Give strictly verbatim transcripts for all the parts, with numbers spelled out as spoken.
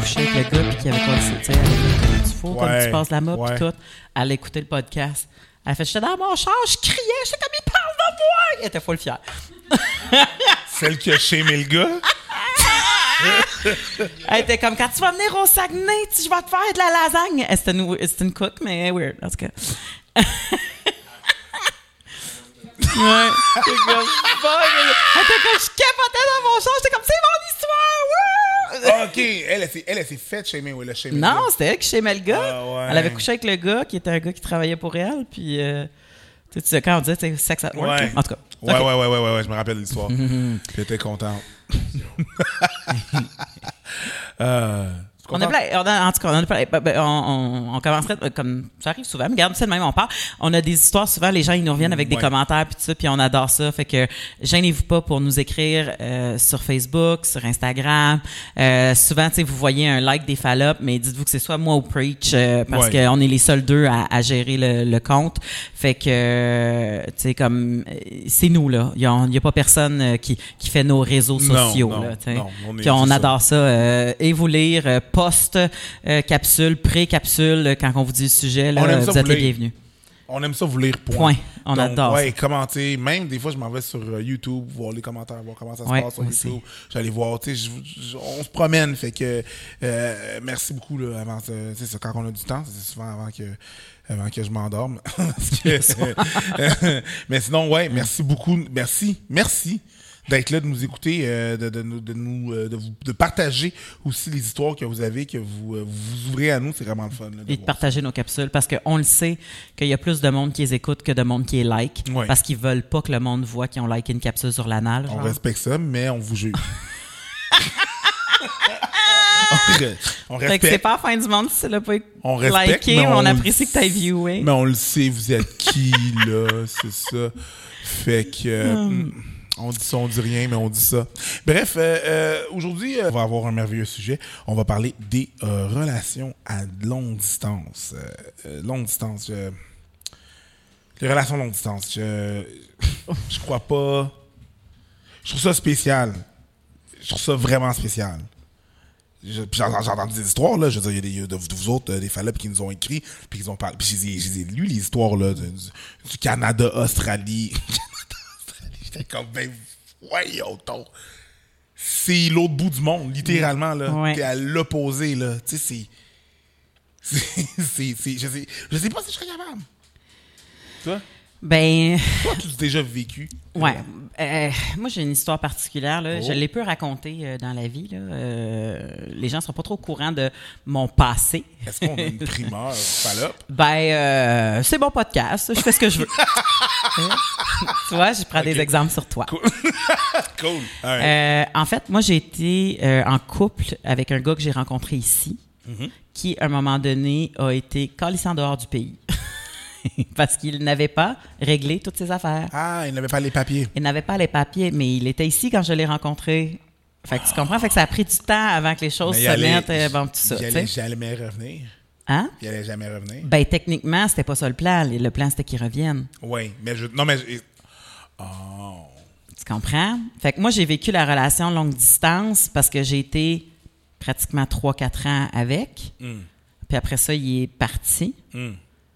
couché avec le gars puis qu'il avait passé, tu sais, avec du four, Ouais, comme tu passes la mop ouais. puis tout. Elle a écouté le podcast. Elle a fait, j'étais dans mon char, je criais, j'étais comme, il parle de moi! Elle était full fière. Celle qui a shamé le gars? Elle était comme, quand tu vas venir au Saguenay, tu, je vais te faire de la lasagne. Elle, C'était une, c'était une cook, mais weird, en tout cas. Ouais. C'est comme, fuck. Elle était comme, je capotais dans mon char, j'étais comme, c'est mon histoire! Wouh! Ah, OK. Elle, elle, s'est- elle, elle s'est faite shamer, oui, le shamer. le Non, gars. c'était elle qui chémait le gars. Ah, ouais. Elle avait couché avec le gars, qui était un gars qui travaillait pour elle, puis... Euh, tu sais, quand on disait, tu sais, sex at work. Ouais. En tout cas. Ouais, OK. ouais, ouais, ouais, ouais, ouais, je me rappelle de l'histoire. J'étais content. euh, tu es On a content? plein, on a- en tout cas, on a plein, ben, ben, on, on, on commencerait, euh, comme ça arrive souvent, mais regarde, c'est le même, on parle. On a des histoires, souvent, les gens, ils nous reviennent avec des Ouais. commentaires, puis tout ça, puis on adore ça. Fait que, gênez-vous pas pour nous écrire euh, sur Facebook, sur Instagram. Euh, souvent, tu sais, vous voyez un like des fallops, mais dites-vous que c'est soit moi ou Preach, euh, parce Ouais. qu'on est les seuls deux à, à gérer le, le compte. Fait que, euh, tu sais, comme, euh, c'est nous, là. Il y a, il y a pas personne euh, qui, qui fait nos réseaux Non, sociaux, non, là, tu sais. non, on est- Puis on c'est ça. adore ça. euh, et vous lire, euh, post, euh, capsule, pré-capsule, euh, quand on vous dit le sujet, là, On aime ça vous êtes vous les lire. bienvenus. On aime ça vous lire, point. Point. On Donc, adore ouais, ça. commenter. Même des fois, je m'en vais sur euh, YouTube, voir les commentaires, voir comment ça se Ouais, passe sur moi aussi. YouTube. J'allais voir, tu sais, je- je- on se promène. Fait que, euh, merci beaucoup, là, avant, euh, c'est ça, quand on a du temps, c'est souvent avant que, avant que je m'endorme. Parce que- mais sinon, ouais, merci beaucoup. Merci, merci d'être là, de nous écouter, euh, de, de, nous- de, nous, euh, de, vous, de partager aussi les histoires que vous avez, que vous euh, vous ouvrez à nous. C'est vraiment le fun. Là, de Et de voir partager nos capsules, parce qu'on le sait qu'il y a plus de monde qui les écoute que de monde qui les like, Ouais. parce qu'ils veulent pas que le monde voit qu'ils ont liké une capsule sur l'anal. ça. On genre. respecte ça, mais on vous juge. on, re- on Fait que c'est respecte, pas la fin du monde si tu l'as pas on respecte, liké, mais mais on, on apprécie le- que tu aies viewé. mais on le sait, vous êtes qui, là, c'est ça. Fait que... euh, Hmm. On dit ça, on dit rien, mais on dit ça. Bref, euh, euh, aujourd'hui, euh, on va avoir un merveilleux sujet. On va parler des euh, relations à longue distance. Euh, euh, longue distance, je... Les relations longue distance, je... Je crois pas... Je trouve ça spécial. Je trouve ça vraiment spécial. Je- puis J'ai j'ai entendu des histoires, là. Je veux dire, il y a des, il y a de, de vous autres, euh, des fallops qui nous ont écrit, puis qui ont parlé. Puis j'ai j'ai lu les histoires, là, de- du, du Canada, Australie. J'étais comme, ben, voyons donc. C'est l'autre bout du monde, littéralement, là. Ouais. T'es à l'opposé, là. Tu sais, c'est... c'est- c'est- c'est- Je sais, je sais pas si je serais capable. Toi? Ben, Toi, tu l'as déjà vécu. ouais. Euh, moi, j'ai une histoire particulière. Là. Oh. Je l'ai peu racontée euh, dans la vie. Là. Euh, les gens ne sont pas trop au courant de mon passé. Est-ce qu'on a une primeur fallope? Ben, euh, c'est mon podcast. Je fais ce que je veux. Tu vois, je prends Ok. des exemples sur toi. Cool. Cool. All right. Euh, en fait, moi, j'ai été euh, en couple avec un gars que j'ai rencontré ici, Mhm. qui, à un moment donné, a été calissé en dehors du pays. Parce qu'il n'avait pas réglé toutes ses affaires. Ah, il n'avait pas les papiers. Il n'avait pas les papiers, mais il était ici quand je l'ai rencontré. Fait que tu comprends? Fait que ça a pris du temps avant que les choses Mais se il allait- mettent. euh, bon, tout ça. Il tu allait sais. jamais revenir. Hein? Il allait jamais revenir. Ben, techniquement, c'était pas ça le plan. Le plan, c'était qu'il revienne. Oui, mais je... Non, mais... je- Oh... Tu comprends? Fait que moi, j'ai vécu la relation longue distance parce que j'ai été pratiquement trois quatre ans avec. Mm. Puis après ça, il est parti. Mm.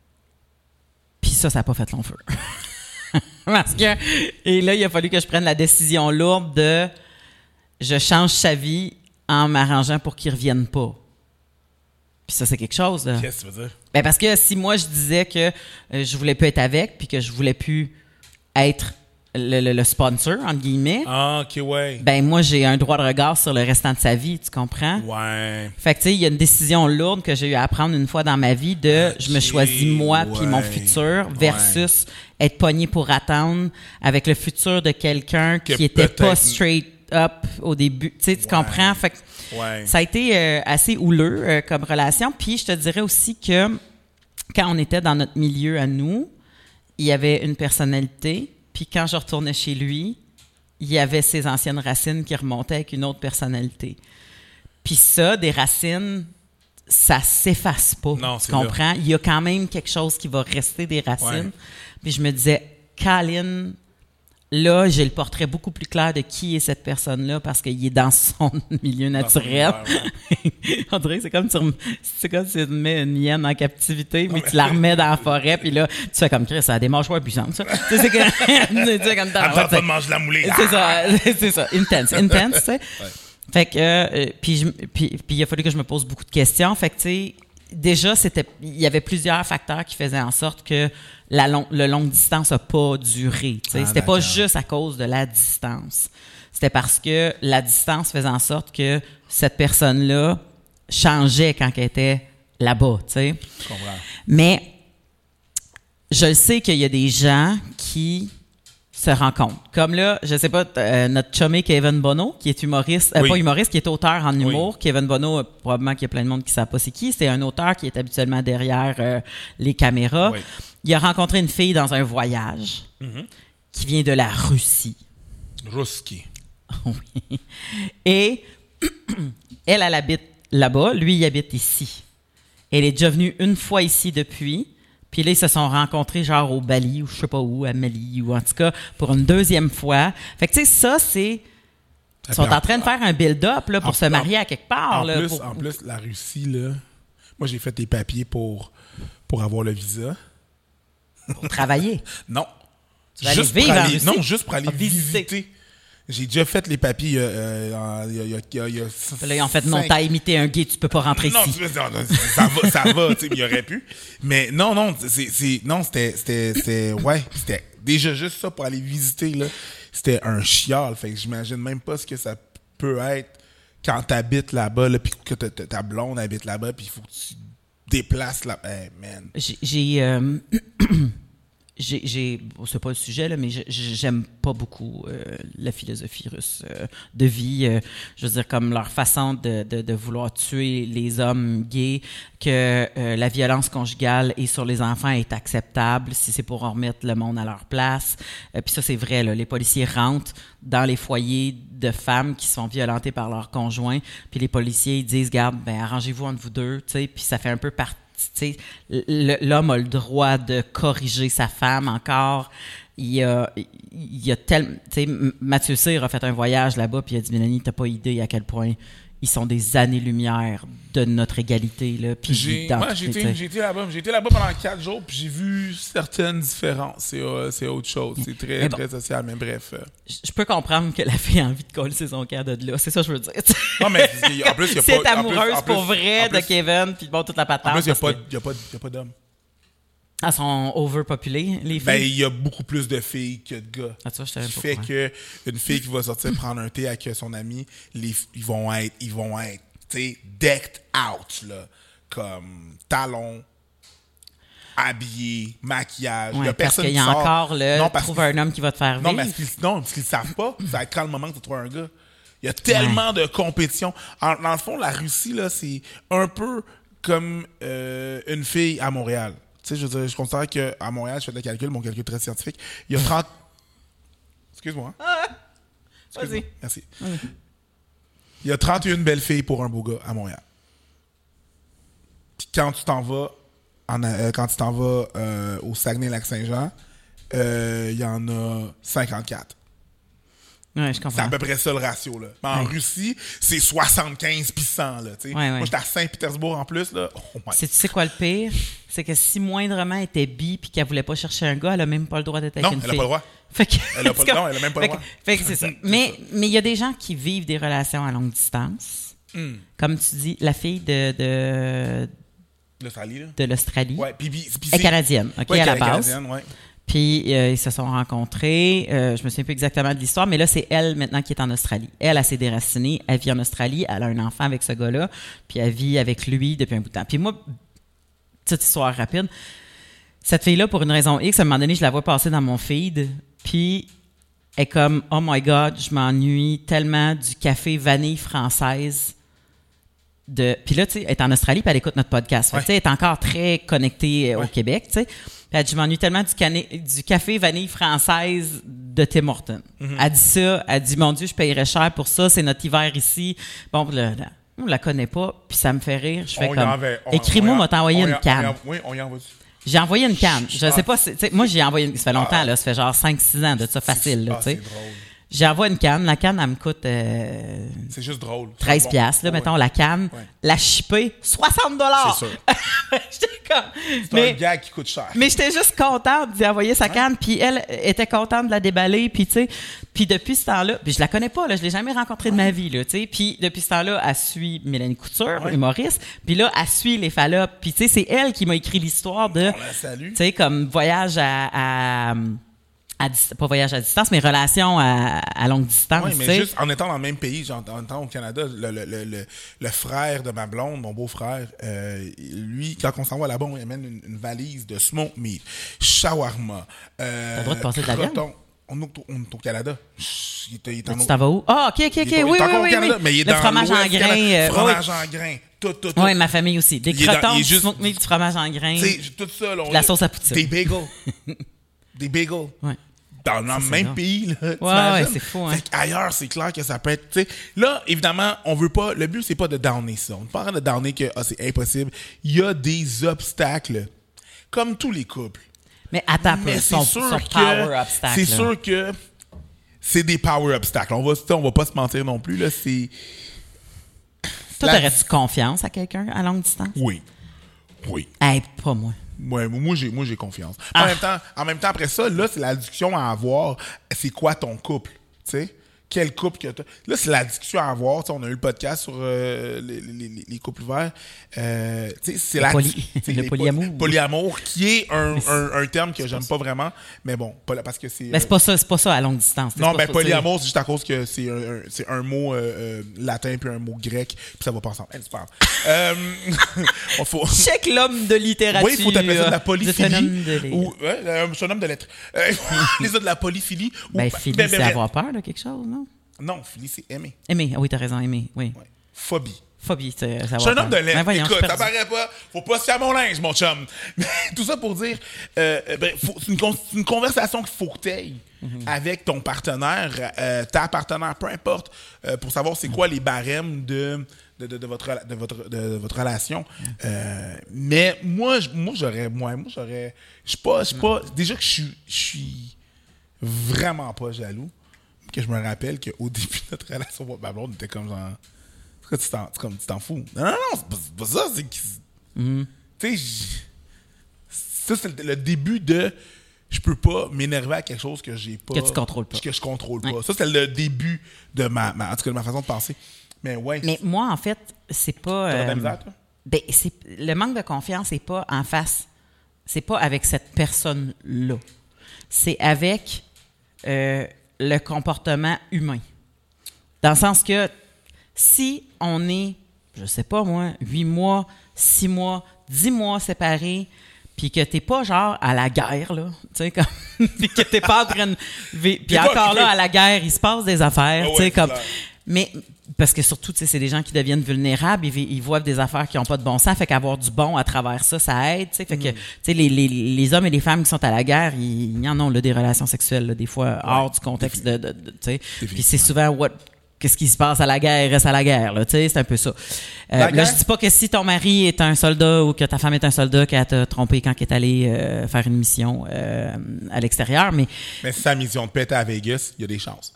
Puis ça, ça n'a pas fait long feu. Parce que... Et là, il a fallu que je prenne la décision lourde de... Je change sa vie en m'arrangeant pour qu'il ne revienne pas. Puis ça, c'est quelque chose, là. Qu'est-ce que tu veux dire? Ben parce que si moi, je disais que euh, je voulais plus être avec puis que je voulais plus être le, le- le sponsor, entre guillemets, Ah, OK, ouais. ben moi, j'ai un droit de regard sur le restant de sa vie, tu comprends? Ouais. Fait que, tu sais, il y a une décision lourde que j'ai eu à prendre une fois dans ma vie de Ok, je me choisis moi puis mon ouais, futur versus être pogné pour attendre avec le futur de quelqu'un Que qui était pas peut-être- straight up au début. Tu sais, tu Ouais. comprends? Fait que Ouais. ça a été euh, assez houleux euh, comme relation. Puis je te dirais aussi que quand on était dans notre milieu à nous, il y avait une personnalité. Puis quand je retournais chez lui, il y avait ses anciennes racines qui remontaient avec une autre personnalité. Puis ça, des racines, ça s'efface pas. Non, tu c'est comprends? Il y a quand même quelque chose qui va rester des racines. Ouais. Puis je me disais, Colin, là, j'ai le portrait beaucoup plus clair de qui est cette personne-là parce qu'il est dans son milieu naturel. On dirait que c'est comme, tu rem... c'est comme si tu mets une hyène en captivité, mais tu la remets dans la forêt, puis là, tu fais comme Chris, ça a des mâchoires puissantes, ça. Tu sais, c'est que... tu sais, comme t'as pas de manger la moulée. C'est ça, c'est ça. Intense, intense, tu sais. Ouais. Fait que, euh, puis, je, puis, puis il a fallu que je me pose beaucoup de questions. Fait que, tu sais, déjà, c'était, il y avait plusieurs facteurs qui faisaient en sorte que la long, le longue distance n'a pas duré. Ah, c'était d'accord. Pas juste à cause de la distance. C'était parce que la distance faisait en sorte que cette personne-là changeait quand elle était là-bas. Je comprends. Mais je sais qu'il y a des gens qui se rencontrent. Comme là, je sais pas, euh, notre chumé Kevin Bonneau, qui est humoriste, euh, oui. pas humoriste, qui est auteur en humour. Oui. Kevin Bonneau, euh, probablement qu'il y a plein de monde qui ne savent pas c'est qui. C'est un auteur qui est habituellement derrière euh, les caméras. Oui. Il a rencontré une fille dans un voyage mm-hmm. qui vient de la Russie. Ruski. Oui. Et elle, elle habite là-bas. Lui, il habite ici. Elle est déjà venue une fois ici depuis. Puis là, ils se sont rencontrés genre au Bali ou je sais pas où, à Mali ou en tout cas pour une deuxième fois. Fait que tu sais, ça, c'est... Ils sont en train de faire un build-up là, pour en, se marier à quelque part. En, là, plus, pour... en plus, la Russie, là... Moi, j'ai fait des papiers pour, pour avoir le visa. Pour travailler? Non. Tu vas juste aller vivre aller, en Russie? Non, juste pour aller visiter. visiter. J'ai déjà fait les papiers euh, il y a... Il y a, il y a, il y a là, en fait, cinq... non, t'as imité un gay, tu peux pas rentrer non, ici. Non, non, ça va, ça va, tu sais, il y aurait pu. Mais non, non, c'est, c'est, non, c'était, c'était, c'était, ouais, c'était déjà juste ça pour aller visiter, là. C'était un chial, fait que j'imagine même pas ce que ça peut être quand t'habites là-bas, là, puis que ta, ta blonde habite là-bas, puis il faut que tu déplaces là. Hey, man. J'ai... j'ai euh... J'ai, j'ai bon, c'est pas le sujet, là, mais je, j'aime pas beaucoup euh, la philosophie russe euh, de vie. Euh, je veux dire, comme leur façon de, de, de vouloir tuer les hommes gays, que euh, la violence conjugale et sur les enfants est acceptable si c'est pour remettre le monde à leur place. Euh, puis ça, c'est vrai, là, les policiers rentrent dans les foyers de femmes qui sont violentées par leurs conjoints, puis les policiers ils disent, garde, ben arrangez-vous entre vous deux, tu sais, puis ça fait un peu partie. T'sais, l'homme a le droit de corriger sa femme encore. Il y a, il y a tel, t'sais, Mathieu Cyr a fait un voyage là-bas, puis il a dit, Mélanie, t'as pas idée à quel point ils sont des années-lumière de notre égalité. Là, puis j'ai, moi, j'ai, été, j'ai été là-bas. J'ai été là-bas pendant quatre jours, puis j'ai vu certaines différences. C'est, euh, c'est autre chose. C'est très, mais bon, très social, mais bref. Euh. Je peux comprendre que la fille a envie de coller son cœur de là. C'est ça que je veux dire. Non, mais en plus, il y a pas... C'est amoureuse en plus, en plus, pour vrai plus, de Kevin, puis bon, toute la patate. En plus, il n'y a, que... a, a, a pas d'hommes. Elles sont overpopulées, les filles? Ben, il y a beaucoup plus de filles que de gars. Ah, ça, je savais Ce qui pas fait comment. que une fille qui va sortir prendre un thé avec son ami, les, ils vont être, ils vont être, tu sais, decked out, là. Comme talons, habillés, maquillage. Ouais, il y a parce personne qu'il y a qui sort. encore le non, parce trouve un homme qui va te faire vivre. Non, parce qu'ils, non, parce qu'ils savent pas. Ça va être quand le moment que tu trouves un gars. Il y a tellement ouais. de compétition. En, dans le fond, la Russie, là, c'est un peu comme euh, une fille à Montréal. Tu sais, je veux dire, je considère qu'à Montréal, je fais des calculs, mon calcul est très scientifique. Il y a trente... Excuse-moi. Ah, Excuse-moi. vas-y. Merci. Oui. Il y a trente et une belles filles pour un beau gars à Montréal. Puis quand tu t'en vas, en, euh, quand tu t'en vas euh, au Saguenay-Lac-Saint-Jean, euh, il y en a cinquante-quatre. Ouais, je comprends. C'est à peu près ça le ratio, là. Mais en ouais. Russie, c'est soixante-quinze puis cent, là, tu sais. Ouais, ouais. Moi, j'étais à Saint-Pétersbourg en plus, là. Oh my. C'est, tu sais quoi le pire? C'est que si moindrement elle était bi puis qu'elle voulait pas chercher un gars, elle a même pas le droit d'être avec non, une fille. fille. Non, elle a pas le droit. Fait que, elle a pas, non, elle a même pas le droit. Fait que c'est ça. mais mais il y a des gens qui vivent des relations à longue distance. Mm. Comme tu dis, la fille de... de L'Australie, là? De l'Australie. Ouais, puis, puis, puis est canadienne, OK, ouais, à la base. Ouais. Puis, euh, ils se sont rencontrés. Euh, je me souviens plus exactement de l'histoire, mais là, c'est elle, maintenant, qui est en Australie. Elle, elle s'est déracinée. Elle vit en Australie. Elle a un enfant avec ce gars-là. Puis, elle vit avec lui depuis un bout de temps. Puis moi, petite histoire rapide. Cette fille-là, pour une raison X, à un moment donné, je la vois passer dans mon feed. Puis, elle est comme, oh my God, je m'ennuie tellement du café vanille française. De... Puis là, tu sais, elle est en Australie, puis elle écoute notre podcast. Fait, ouais. Elle est encore très connectée ouais. au Québec, tu sais. Puis elle dit, je m'ennuie tellement du, cané... du café vanille française de Tim Hortons. Mm-hmm. Elle dit ça, elle dit, mon Dieu, je payerais cher pour ça, c'est notre hiver ici. Bon, là, là, on la connaît pas, puis ça me fait rire. Je fais on comme, avait, on, écris-moi, on m'a t'envoyé une canne. Oui, on y en va dessus. J'ai envoyé une canne. Je Ah. sais pas, si, moi j'ai envoyé une, ça fait longtemps, Ah. là, ça fait genre cinq six ans de ça facile. Là, Ah, tu sais. c'est drôle. J'ai envoyé une canne. La canne, elle me coûte euh, C'est juste drôle. treize bon. piastres, là, Ouais. mettons, la canne. Ouais. La shipper, soixante dollars. C'est sûr. J'étais comme... C'est Mais, un gars qui coûte cher. mais j'étais juste contente d'y envoyer sa canne, puis elle était contente de la déballer, puis tu sais, puis depuis ce temps-là, puis je la connais pas, là, je l'ai jamais rencontrée de ma vie, là, tu sais, puis depuis ce temps-là, elle suit Mélanie Couture, Ouais. humoriste, puis là, elle suit les Fallops, puis tu sais, c'est elle qui m'a écrit l'histoire de, On la salue. tu sais, comme voyage à... à à dis- pas voyage à distance, mais relation à, à longue distance. Oui, tu mais sais. juste en étant dans le même pays, genre, en étant au Canada, le, le, le, le, le frère de ma blonde, mon beau-frère, euh, lui, quand on s'en va là-bas, on lui amène une, une valise de smoke meat, shawarma. Euh, T'as le droit de passer de la viande? croton. On est au, on est au Canada. Chut, Il est, il est en Tu t'en vas où? Ah, OK, OK, OK, il est- oui, il est oui, encore au oui, Canada, oui. mais il est Le dans fromage en l'Ouest grains. Canada. euh, Fromage en grains. Tout, tout, tout. Oui, ma famille aussi. Des Il est dans- crotons, il est du juste- smoke meat, du fromage en grains. Tu sais, tout ça, là, on La a- sauce à poutine. Des bagels. Des bagels. Ouais. Dans le c'est même drôle. pays, là. Ouais, t'imagines? ouais, c'est fou, hein. Fait qu'ailleurs, c'est clair que ça peut être, tu sais. Là, évidemment, on veut pas, le but, c'est pas de downer ça. On ne parle pas de downer que, ah, c'est impossible. Il y a des obstacles. Comme tous les couples. Mais attends, Mais peu, c'est son, sûr son que, power obstacle. c'est là. sûr que c'est des power obstacles. On va, on va pas se mentir non plus, là. C'est, Toi, la- t'aurais-tu confiance à quelqu'un à longue distance? oui. Oui. Hey, pas moi. Ouais, moi j'ai moi j'ai confiance. Ah. En même temps, en même temps après ça, là c'est la discussion à avoir, c'est quoi ton couple, tu sais? Quel couple que t'as. Là, c'est la discussion à avoir. Tu sais, on a eu le podcast sur euh, les, les, les couples ouverts. Euh, tu sais, c'est Le la poly- tu sais, le les polyamour. po- polyamour, qui est un, un, un terme que j'aime pas vraiment. Mais bon, pas- parce que c'est. Mais c'est pas ça, c'est pas ça à longue distance. Non, C'est ben pas ça, polyamour, c'est juste à cause que c'est un, un- c'est un mot euh, euh, latin puis un mot grec, puis ça va pas ensemble. Hey, c'est pas grave. euh, on faut... c'est- Check l'homme de littérature. Oui, il faut appeler ça de la C'est polyphilie. un homme de les- Ou, ouais, euh, c'est un homme de lettres. Euh, les autres de la polyphilie. ou- Ben, Philly, ben, ben, c'est ben, avoir peur de quelque chose, non? Non, philie, c'est aimer. Aimer. Ah oui, t'as raison, aimer. Oui. Ouais. Phobie. Phobie, c'est Je suis un homme de lettres. Ben voyons, Écoute, je suis ça perdu. paraît pas. Faut pas se faire mon linge, mon chum. Mais tout ça pour dire, euh, ben, faut- c'est une, con- c'est une conversation qu'il faut que tu aies Mm-hmm. avec ton partenaire, euh, ta partenaire, peu importe, euh, pour savoir c'est quoi les barèmes de, de, de, de votre, rela- de, votre, de, de votre relation. Euh, mais moi, j- moi j'aurais. Moi, moi j'aurais. Je suis pas. je suis pas déjà que je suis. Je suis vraiment pas jaloux. Que je me rappelle qu'au début de notre relation, ma blonde était comme genre. Pourquoi tu t'en, tu comme, tu t'en fous? Non, non, non, c'est pas, c'est pas ça. C'est que. Mm-hmm. Tu sais, j- ça, c'est le, le début de. Je peux pas m'énerver à quelque chose que j'ai pas. Que tu contrôles pas. Que je contrôle pas. Ouais. Ça, c'est le début de ma, ma- En tout cas, de ma façon de penser. Mais ouais. Mais moi, en fait, c'est pas. T'as de la euh, misère, toi? ben, c'est, le manque de confiance, c'est pas en face. C'est pas avec cette personne-là. C'est avec euh, le comportement humain. Dans le sens que si on est, je sais pas moi, huit mois, six mois, dix mois séparés, puis que t'es pas genre à la guerre, là, tu sais, comme, puis que t'es pas en train de... vi- Puis T'es pas encore occupé. là, à la guerre, il se passe des affaires, Ah tu sais, ouais, comme... c'est clair. Mais, parce que surtout, tu sais, c'est des gens qui deviennent vulnérables, ils, ils voient des affaires qui n'ont pas de bon sens, fait qu'avoir du bon à travers ça, ça aide, tu sais, fait que, tu sais, les, les, les hommes et les femmes qui sont à la guerre, ils, ils en ont, là, des relations sexuelles, là, des fois, hors du contexte de, de, de- tu sais, puis c'est souvent, what, qu'est-ce qui se passe à la guerre reste à la guerre, là, tu sais, c'est un peu ça. Euh, La là, guerre? je dis pas que si ton mari est un soldat ou que ta femme est un soldat, qu'elle t'a trompé quand elle est allée euh, faire une mission euh, à l'extérieur, mais Mais si sa mission de péter à Vegas, il y a des chances.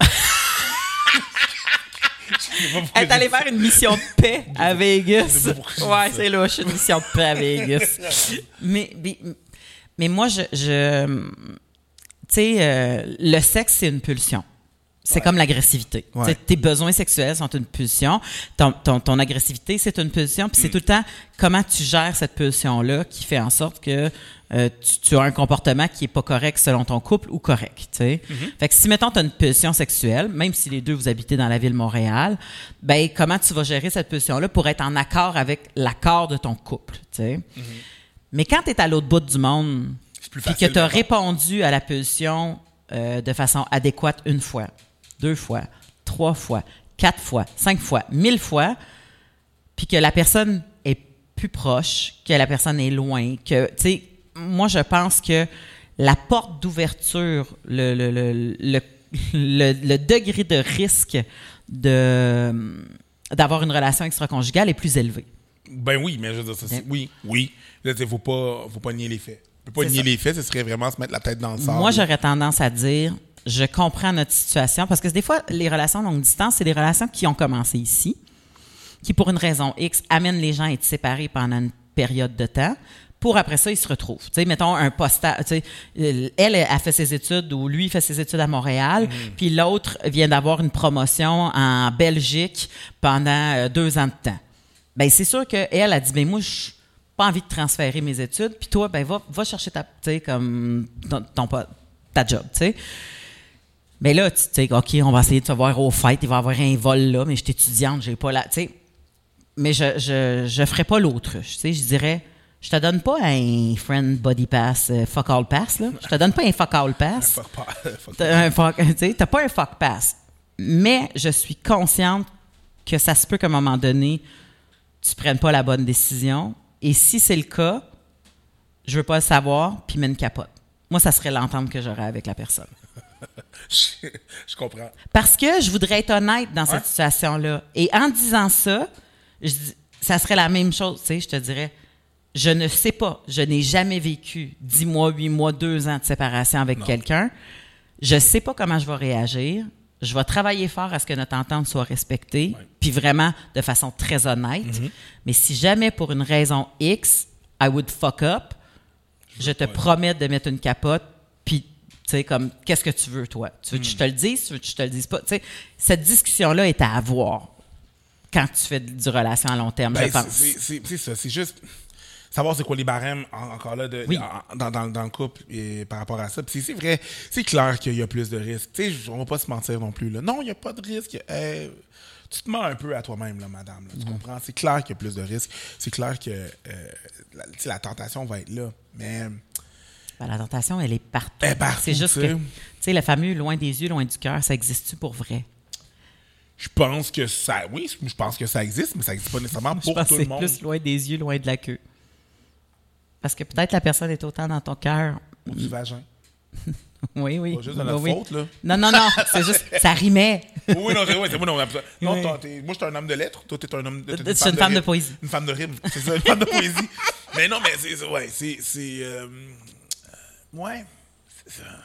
elle est allée faire une mission de paix à Vegas. sais pas pourquoi je dis Ouais, ça. c'est louche, une mission de paix à Vegas. mais, mais, mais moi, je. je tu sais, euh, le sexe, c'est une pulsion. C'est comme l'agressivité. Ouais. Tu sais, tes besoins sexuels sont une pulsion. Ton, ton, ton agressivité, c'est une pulsion. Puis c'est tout le temps comment tu gères cette pulsion-là qui fait en sorte que euh, tu, tu as un comportement qui est pas correct selon ton couple ou correct. Tu sais. Fait que si, mettons, tu as une pulsion sexuelle, même si les deux vous habitez dans la ville de Montréal, ben comment tu vas gérer cette pulsion-là pour être en accord avec l'accord de ton couple. Tu sais. Mais quand tu es à l'autre bout du monde, C'est plus puis que facile. tu as d'abord. répondu à la pulsion euh, de façon adéquate une fois, deux fois, trois fois, quatre fois, cinq fois, mille fois, puis que la personne est plus proche, que la personne est loin, que, tu sais, moi, je pense que la porte d'ouverture, le, le, le, le, le, le degré de risque de, d'avoir une relation extra-conjugale est plus élevé. Ben oui, mais je veux dire, ça, c'est- oui, oui. Là, tu sais, faut pas, faut pas nier les faits. peut pas nier les faits, ce serait vraiment se mettre la tête dans le sable. Moi, j'aurais tendance à dire, je comprends notre situation, parce que des fois, les relations longue distance, c'est des relations qui ont commencé ici, qui, pour une raison X, amènent les gens à être séparés pendant une période de temps, pour après ça, ils se retrouvent. Tu sais, mettons un postage. Tu sais, elle, elle a fait ses études ou lui fait ses études à Montréal, mmh. puis l'autre vient d'avoir une promotion en Belgique pendant euh, deux ans de temps. Bien, c'est sûr qu'elle a dit, bien, moi, je n'ai pas envie de transférer mes études, puis toi, ben va, va chercher ta, tu sais, comme ton, ton, ta job, tu sais. Mais là, tu sais, OK, on va essayer de se voir au fêtes, il va y avoir un vol là, mais je suis étudiante, j'ai pas la, tu sais. Mais je, je, je ferais pas l'autruche, tu sais, je dirais. Je te donne pas un friend body pass, uh, fuck all pass, là. Je te donne pas un fuck all pass. T'as, un fuck, t'as pas un fuck pass. Mais je suis consciente que ça se peut qu'à un moment donné, tu prennes pas la bonne décision. Et si c'est le cas, je veux pas le savoir, puis mets une capote. Moi, ça serait l'entente que j'aurais avec la personne. je, je comprends. Parce que je voudrais être honnête dans ouais. cette situation-là. Et en disant ça, je, ça serait la même chose, tu sais, je te dirais. Je ne sais pas. Je n'ai jamais vécu dix mois, huit mois, deux ans de séparation avec non. quelqu'un. Je ne sais pas comment je vais réagir. Je vais travailler fort à ce que notre entente soit respectée, ouais. puis vraiment de façon très honnête. Mm-hmm. Mais si jamais, pour une raison X, I would fuck up, je, je te ouais. promets de mettre une capote, puis, tu sais, comme, qu'est-ce que tu veux, toi? Tu veux mm. que je te le dise? Tu veux que je te le dise pas? Tu sais, cette discussion-là est à avoir quand tu fais du relation à long terme, ben, je pense. C'est, c'est, c'est ça. C'est juste... savoir c'est quoi les barèmes en, encore là de, oui. en, dans, dans, dans le couple et par rapport à ça. Puis c'est vrai, c'est clair qu'il y a plus de risques. Tu sais, on va pas se mentir non plus. Là. Non, il n'y a pas de risque. Euh, tu te mens un peu à toi-même, là, madame. Là, tu mm. comprends? C'est clair qu'il y a plus de risques. C'est clair que euh, la, la tentation va être là. Mais... Ben, la tentation, elle est partout. Elle est partout, c'est juste que, tu sais, le fameux loin des yeux, loin du cœur, ça existe-tu pour vrai? Je pense que ça... Oui, je pense que ça existe, mais ça n'existe pas nécessairement pour tout le monde. Je pense que c'est plus loin des yeux, loin de la queue. Parce que peut-être la personne est autant dans ton cœur. Ou du vagin. oui, oui. Pas juste de notre oui. faute, là. Non, non, non. C'est juste, ça rimait. oui, non, c'est, oui, c'est moi, non. non oui. t'es, moi, je suis un homme de lettres. Toi, t'es un homme de. T'es une, femme, une de femme de poésie. Une femme de rime. C'est ça, une femme de poésie. Mais non, mais c'est. Ouais, c'est. c'est euh, ouais. C'est ça.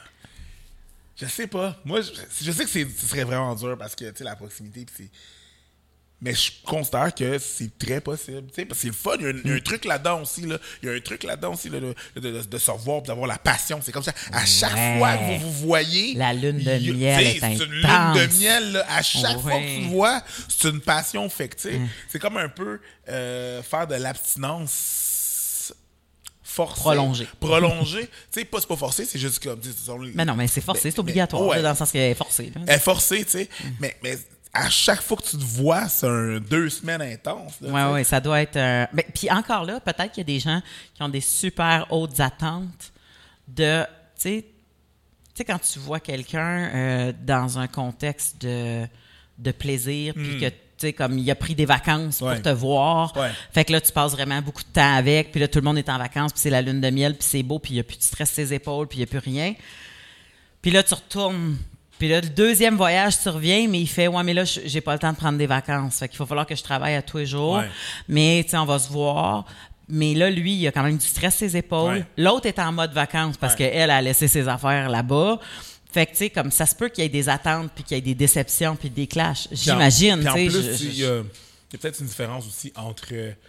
Je sais pas. Moi, je, je sais que c'est, ce serait vraiment dur parce que, tu sais, la proximité, puis c'est. Mais je considère que c'est très possible. Parce que c'est le fun. Il y, a un, il y a un truc là-dedans aussi. Là. Il y a un truc là-dedans aussi là, de, de, de, de se revoir et d'avoir la passion. C'est comme ça. À chaque ouais. fois que vous vous voyez... La lune de miel est c'est intense. une lune de miel. Là. À chaque ouais. fois que tu le vois, c'est une passion. Fait que, mm. C'est comme un peu euh, faire de l'abstinence... Forcé, prolongé. Prolongé. Tu sais, pas, c'est pas forcé, c'est juste comme... Mais non, mais c'est forcé, c'est obligatoire. Ouais. Là, dans le sens qu'elle est forcée. Là. Elle est forcée, tu sais. Mm. Mais... mais à chaque fois que tu te vois, c'est un deux semaines intenses. Oui, oui, ça doit être... Euh... Ben, puis encore là, peut-être qu'il y a des gens qui ont des super hautes attentes de... Tu sais, quand tu vois quelqu'un euh, dans un contexte de, de plaisir, puis mm. que, tu sais, comme il a pris des vacances ouais. pour te voir, ouais. fait que là, tu passes vraiment beaucoup de temps avec, puis là, tout le monde est en vacances, puis c'est la lune de miel, puis c'est beau, puis il n'y a plus de stress sur ses épaules, puis il n'y a plus rien. Puis là, tu retournes... Puis là, le deuxième voyage, tu reviens, mais il fait « Ouais, mais là, j'ai pas le temps de prendre des vacances. Fait qu'il va falloir que je travaille à tous les jours. Ouais. Mais, tu sais, on va se voir. » Mais là, lui, il a quand même du stress sur ses épaules. Ouais. L'autre est en mode vacances parce ouais. qu'elle a laissé ses affaires là-bas. Fait que, tu sais, comme ça se peut qu'il y ait des attentes, puis qu'il y ait des déceptions, puis des clashs. J'imagine, tu sais. En plus, je, il y, a, y a peut-être une différence aussi entre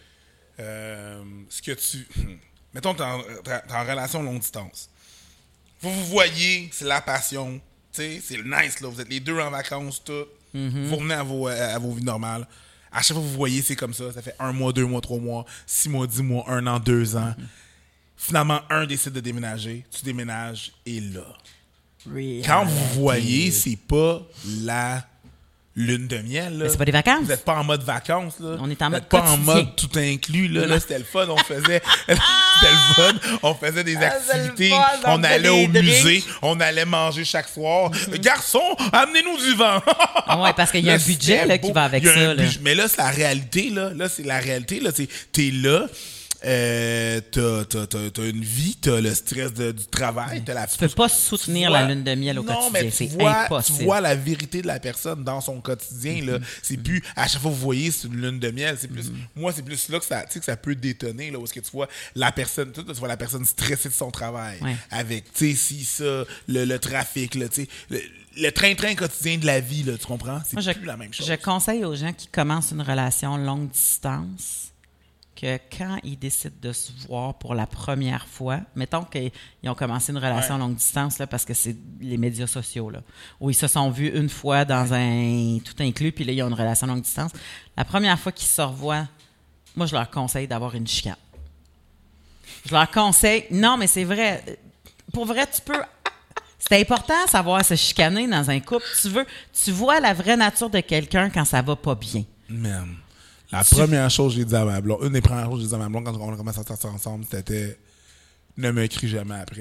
euh, ce que tu... Mettons, t'es en, t'es en relation longue distance. Vous vous voyez, c'est la passion. T'sais, c'est le nice, là. Vous êtes les deux en vacances, tout. Mm-hmm. Vous revenez à vos, à, à vos vies normales. À chaque fois que vous voyez, c'est comme ça. Ça fait un mois, deux mois, trois mois, six mois, dix mois, un an, deux ans. Mm-hmm. Finalement, un décide de déménager. Tu déménages et là. Really? Quand vous voyez, c'est pas la lune de miel. Là. Mais c'est pas des vacances. Vous n'êtes pas en mode vacances. Là. On est en vous mode pas quotidien. en mode tout inclus. Là, là c'était le fun. On faisait, c'était le fun. On faisait des activités. Ah, on allait au musée. On allait manger chaque soir. Garçon, amenez-nous du vent. Ah ouais, parce qu'il y a là, un budget là, qui va avec ça. Là. Budget, mais là, c'est la réalité. Là, là c'est la réalité. Là, c'est, t'es là. euh, t'as, t'as, t'as, t'as une vie, t'as le stress de, du travail, t'as la... Tu peux pas soutenir vois, la lune de miel au non, quotidien, mais c'est tu vois, impossible. tu vois la vérité de la personne dans son quotidien, là. C'est plus, à chaque fois que vous voyez, c'est une lune de miel, c'est plus, moi, c'est plus là que ça, tu sais, que ça peut détonner, là, où est-ce que tu vois la personne, tu vois la personne stressée de son travail, ouais. avec, tu sais, si, ça, le, le trafic, là, tu sais, le, le train-train quotidien de la vie, là, tu comprends? C'est moi, plus je, la même chose. Je conseille aux gens qui commencent une relation longue distance que quand ils décident de se voir pour la première fois, mettons qu'ils ont commencé une relation ouais. longue distance là, parce que c'est les médias sociaux, là, où ils se sont vus une fois dans un tout inclus, puis là, ils ont une relation longue distance. La première fois qu'ils se revoient, moi, je leur conseille d'avoir une chicane. Je leur conseille... Non, mais c'est vrai. Pour vrai, tu peux... C'est important de savoir se chicaner dans un couple. Tu veux... Tu vois la vraie nature de quelqu'un quand ça va pas bien. Man. La Tu... première chose que j'ai dit à ma blonde, une des premières choses que j'ai dit à ma blonde quand on a commencé à sortir ensemble, c'était « Ne me crie jamais après. »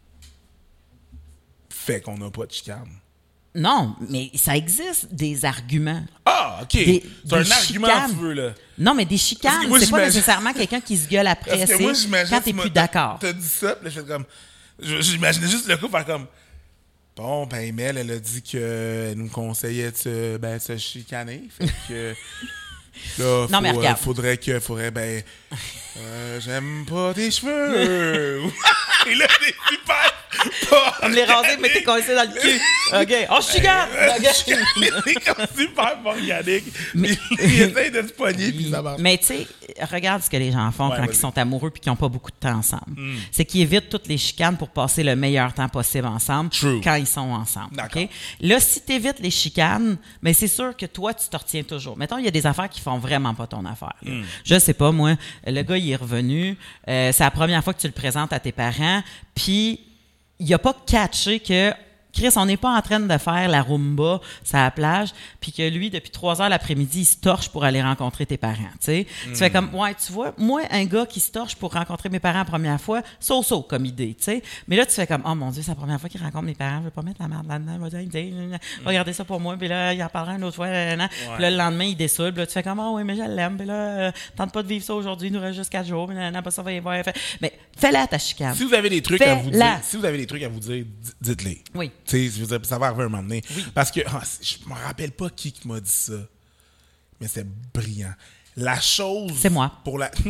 Fait qu'on n'a pas de chicane. Non, mais ça existe des arguments. Ah, OK. Des, c'est un des argument, chicanes. tu veux, là. Non, mais des chicanes, moi, c'est pas j'imagine... nécessairement quelqu'un qui se gueule après. Parce que moi, j'imagine... quand t'es plus d'accord. T'as dit ça, puis là, je fais comme... J'imaginais juste le couple faire comme... Bon, ben, Mel, elle a dit qu'elle nous conseillait de se, ben, de se chicaner. Fait que... Là, non, faut, mais regarde. Euh, faudrait que, faudrait, ben, euh, j'aime pas tes cheveux. Et là, c'est super. Comme les raser, mais t'es coincé dans le cul. OK. On se chicane. C'est comme super pas organique. Mais il essaie de se pogner, puis ça marche. Mais tu sais, regarde ce que les gens font ouais, quand vas-y. ils sont amoureux puis qu'ils n'ont pas beaucoup de temps ensemble. Mm. C'est qu'ils évitent toutes les chicanes pour passer le meilleur temps possible ensemble True. quand ils sont ensemble. D'accord. Okay? Là, si tu évites les chicanes, mais c'est sûr que toi, tu te retiens toujours. Mettons, il y a des affaires qui font vraiment pas ton affaire. Mm. Je sais pas, moi, le gars, il est revenu. Euh, c'est la première fois que tu le présentes à tes parents, puis il a pas catché que Chris, on n'est pas en train de faire la rumba sur la plage, puis que lui, depuis trois heures l'après-midi, il se torche pour aller rencontrer tes parents. Tu mm. fais comme, ouais, tu vois, moi, un gars qui se torche pour rencontrer mes parents la première fois, so-so comme idée. T'sais. Mais là, tu fais comme, oh mon Dieu, c'est la première fois qu'il rencontre mes parents, je vais pas mettre la merde là-dedans, il va dire, mm. regardez ça pour moi, puis là, il en parlera une autre fois. Là, là. Ouais. Puis là, le lendemain, il dessoule, puis là, tu fais comme, oh oui, mais je l'aime, puis là, euh, tente pas de vivre ça aujourd'hui, il nous reste juste quatre jours, mais là, pas ça, va y voir. Mais fais-la ta chicane. Si vous avez des trucs fais-la. à vous dire, si vous avez des trucs à vous dire, dites-les. Oui. Tu sais, ça va arriver un moment donné. Oui. Parce que oh, je me rappelle pas qui, qui m'a dit ça, mais c'est brillant. La chose. C'est moi. Pour la...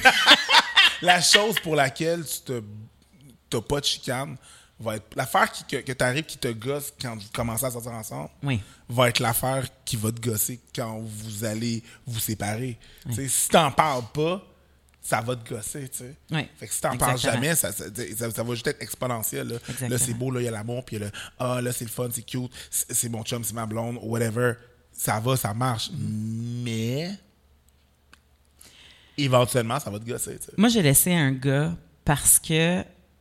la chose pour laquelle tu te t'as pas de chicane va être l'affaire qui, que, que t'arrives qui te gosse quand vous commencez à sortir ensemble. Oui. Va être l'affaire qui va te gosser quand vous allez vous séparer. Oui. Si t'en parles pas, ça va te gosser, tu sais. Oui. Fait que si t'en parles jamais, ça, ça, ça, ça va juste être exponentiel. Là, là c'est beau, là, il y a l'amour, puis là, ah, là, c'est le fun, c'est cute, c'est, c'est mon chum, c'est ma blonde, whatever. Ça va, ça marche. Mm. Mais, éventuellement, ça va te gosser, tu sais. Moi, j'ai laissé un gars parce que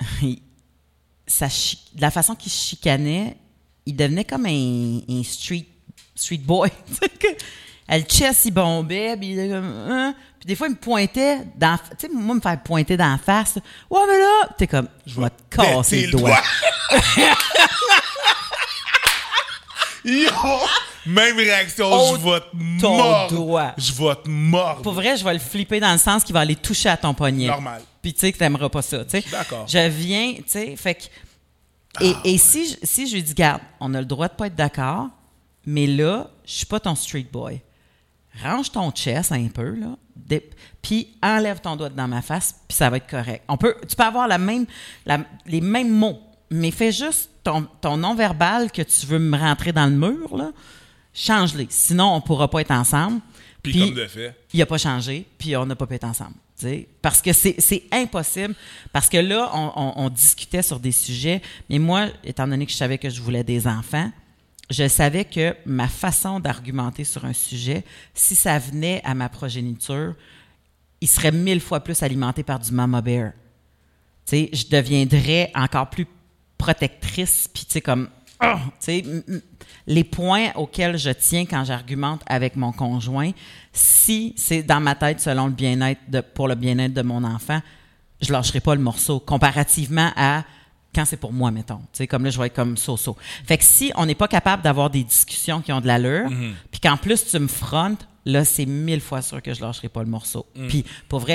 ça, de la façon qu'il se chicanait, il devenait comme un, un street, street boy. Le chest, il bombait, puis il était comme... Hein? Puis des fois, il me pointait dans... Tu sais, moi, me faire pointer dans la face. Ouais, mais là... T'es comme... Je vais te casser le doigt. Yo! Même réaction, oh, je vais te mordre. Je vais te mordre. Pour vrai, je vais le flipper dans le sens qu'il va aller toucher à ton poignet. Normal. Puis tu sais que t'aimeras pas ça, tu sais. D'accord. Je viens, tu sais, fait que... Et, ah, et ouais. si, je, si je lui dis, garde, on a le droit de pas être d'accord, mais là, je suis pas ton street boy. Range ton chest un peu, là, dé- puis enlève ton doigt dans ma face, puis ça va être correct. On peut, tu peux avoir la même, la, les mêmes mots, mais fais juste ton, ton non-verbal que tu veux me rentrer dans le mur, là, change-les. Sinon, on ne pourra pas être ensemble. Puis, puis comme de fait. Il n'a pas changé, puis on n'a pas pu être ensemble. T'sais? Parce que c'est, c'est impossible. Parce que là, on, on, on discutait sur des sujets, mais moi, étant donné que je savais que je voulais des enfants, je savais que ma façon d'argumenter sur un sujet, si ça venait à ma progéniture, il serait mille fois plus alimenté par du mama bear. Tu sais, je deviendrais encore plus protectrice, puis tu sais, comme... Oh, tu sais, m- m- les points auxquels je tiens quand j'argumente avec mon conjoint, si c'est dans ma tête selon le bien-être, de, pour le bien-être de mon enfant, je lâcherai pas le morceau, comparativement à... quand c'est pour moi, mettons. Tu sais, comme là, je vais être comme so-so. Fait que si on n'est pas capable d'avoir des discussions qui ont de l'allure, mm-hmm. puis qu'en plus, tu me frontes, là, c'est mille fois sûr que je lâcherai pas le morceau. Mm. Puis, pour vrai,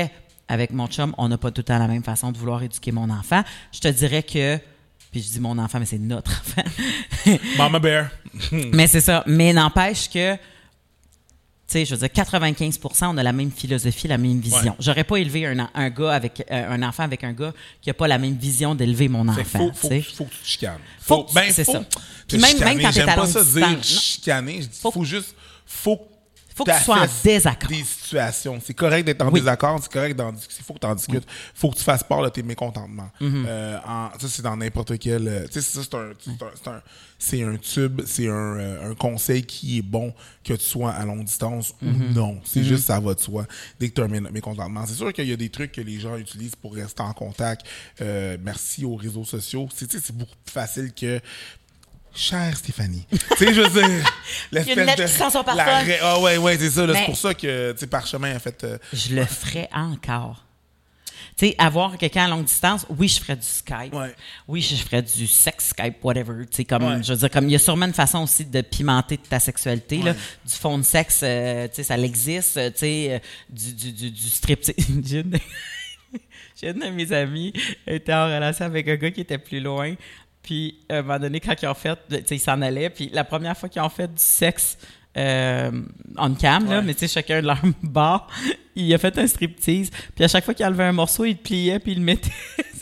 avec mon chum, on n'a pas tout le temps la même façon de vouloir éduquer mon enfant. Je te dirais que, puis je dis mon enfant, mais c'est notre enfant. Mama Bear. Mais c'est ça. Mais n'empêche que, tu sais, je veux dire, quatre-vingt-quinze pour cent on a la même philosophie, la même vision. Ouais. J'aurais pas élevé un, un gars avec euh, un enfant avec un gars qui a pas la même vision d'élever mon enfant. Faut, faut, tu sais. faut que tu te chicanes. Faut que- ben, c'est faut ça. te Puis même- chicaner. même quand t'es J'aime à pas longue ça dire distance, non. chicaner. Je dis, Faut- faut juste, faut Faut que tu sois en t'assesses désaccord. des situations. C'est correct d'être en Oui. désaccord, c'est correct d'en discuter. Il faut que tu en discutes. Il faut que tu fasses part de tes mécontentements. Mm-hmm. Euh, en- ça, c'est dans n'importe quel. euh, Tu sais, ça, c'est un, c'est un, c'est un, c'est un tube, c'est un, euh, un conseil qui est bon que tu sois à longue distance ou Mm-hmm. non. C'est juste ça va de soi. Dès que tu as un mé- mécontentement. C'est sûr qu'il y a des trucs que les gens utilisent pour rester en contact. Euh, merci aux réseaux sociaux. C'est, tu sais, c'est beaucoup plus facile que. Chère Stéphanie. Tu sais, je veux dire. l'espèce une lettre de- qui sent son la parfum. ré- Ah, ouais, ouais, c'est ça. là. Mais- C'est pour ça que, tu sais, Parchemin a fait. euh, Je le ferais encore. Tu sais, avoir quelqu'un à longue distance, oui, je ferais du Skype. Ouais. Oui, je ferais du sex Skype, whatever. Tu sais, comme, Ouais. je veux dire, comme, il y a sûrement une façon aussi de pimenter ta sexualité, là. Ouais. Du phone sexe, euh, tu sais, ça l'existe, euh, tu sais, euh, du, du, du, du striptease. J'ai une, j'ai une de mes amies était en relation avec un gars qui était plus loin. Puis, à un moment donné, quand ils ont fait, tu sais, ils s'en allaient. Puis, la première fois qu'ils ont fait du sexe euh, on cam, là, Ouais. mais tu sais, chacun de leur bar, il a fait un striptease. Puis, à chaque fois qu'il enlevait un morceau, il le pliait, puis il le mettait.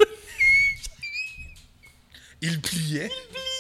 Il pliait.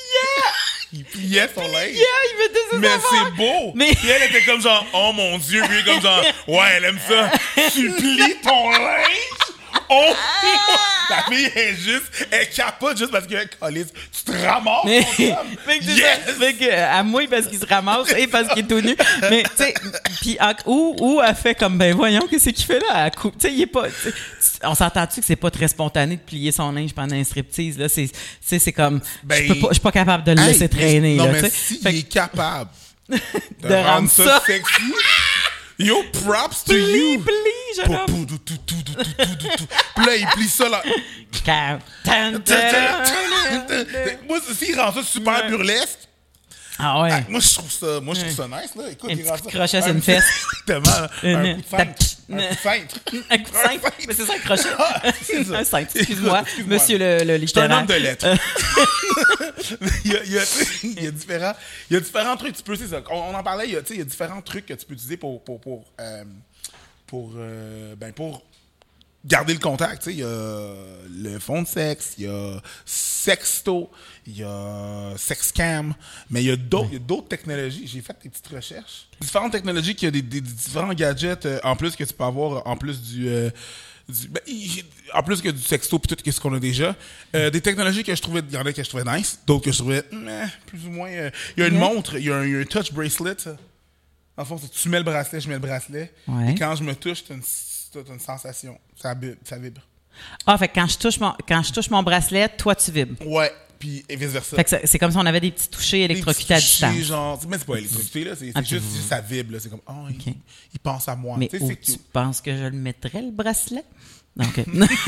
Il pliait son linge. Yeah, il mettait ça Mais sur c'est la beau! Mais- Puis elle était comme genre, oh mon Dieu, puis elle est comme genre, ouais, elle aime ça. Tu plies ton linge? Oh! La fille est juste, elle capote juste parce qu'elle calisse. Tu te ramasses, Mais, ton chum. fait que c'est Yes! ça. Fait que, euh, à moi parce qu'il se ramasse et parce qu'il est tout nu. Mais, tu sais, puis, en- ou, ou elle fait comme, ben voyons, qu'est-ce qu'il fait là? Elle coupe. Tu sais, il est pas. tu sais, on s'entend-tu que c'est pas très spontané de plier son linge pendant un striptease, là? C'est, tu sais, c'est comme, Ben, je peux pas- je suis pas capable de le Hey, laisser mais- traîner, Non, là, mais tu sais. s'il Fait que- est capable de, de rendre rendre ça, ça. sexy, yo, props to Plie, you! plie, jeune Pou, homme. pou, tout, tout, tout, tout, tout, tout, tout. Puis là, il plie ça là. Tan, tan, tan. Moi, s'il rend ça super Ouais. burlesque, Ah ouais. ah, moi, je trouve ça, moi, je trouve ça nice, là. Écoute, Un il rend petit ça- crochet sur un une petit- fesse. Exactement. Un Une- coup de feintre. ta- Un coup de feintre. Un coup de cintre. Mais c'est ça, un crochet. Ah, c'est ça. Un cintre, excuse-moi, Excuse-moi. monsieur le, le Je suis un littéraire. homme de lettres. il, y a, il, y a, il, y a différents, il y a différents trucs. Tu peux, c'est ça. On, on en parlait, il y, a, il y a différents trucs que tu peux utiliser pour, pour, pour, euh, pour, euh, ben pour garder le contact. Tu sais, il y a le phone sexe, il y a sexto, il y a sexcam, mais il y a d'autres, il y a d'autres technologies. J'ai fait des petites recherches. Différentes technologies, qu'il y a des, des- des différents gadgets euh, en plus que tu peux avoir en plus du... euh, du- ben, il- en plus que du sexto puis tout ce qu'on a déjà. Euh, des technologies que je trouvais, il y en a que je trouvais nice, d'autres que je trouvais meh, plus ou moins. euh, il y a une Ouais. montre, il y a un, il y a un touch bracelet. Ça. En fond, c'est tu mets le bracelet, je mets le bracelet. Ouais. Et quand je me touche, t'as une, t'as une sensation. Ça vibre. Ça vibre. Ah, fait que quand je touche mon, quand je touche mon bracelet, toi, tu vibres. Ouais, puis et vice-versa. Fait que c'est- c'est comme si on avait des petits touchés Des électrocutés à petits touchés, distance. genre, mais c'est pas électrocuté, là. C'est, c'est Ah, juste, tu- juste ça vibre, là. C'est comme, oh, il, Ok. il pense à moi. Mais Tu sais, où c'est tu cute. penses que je le mettrais, le bracelet? OK.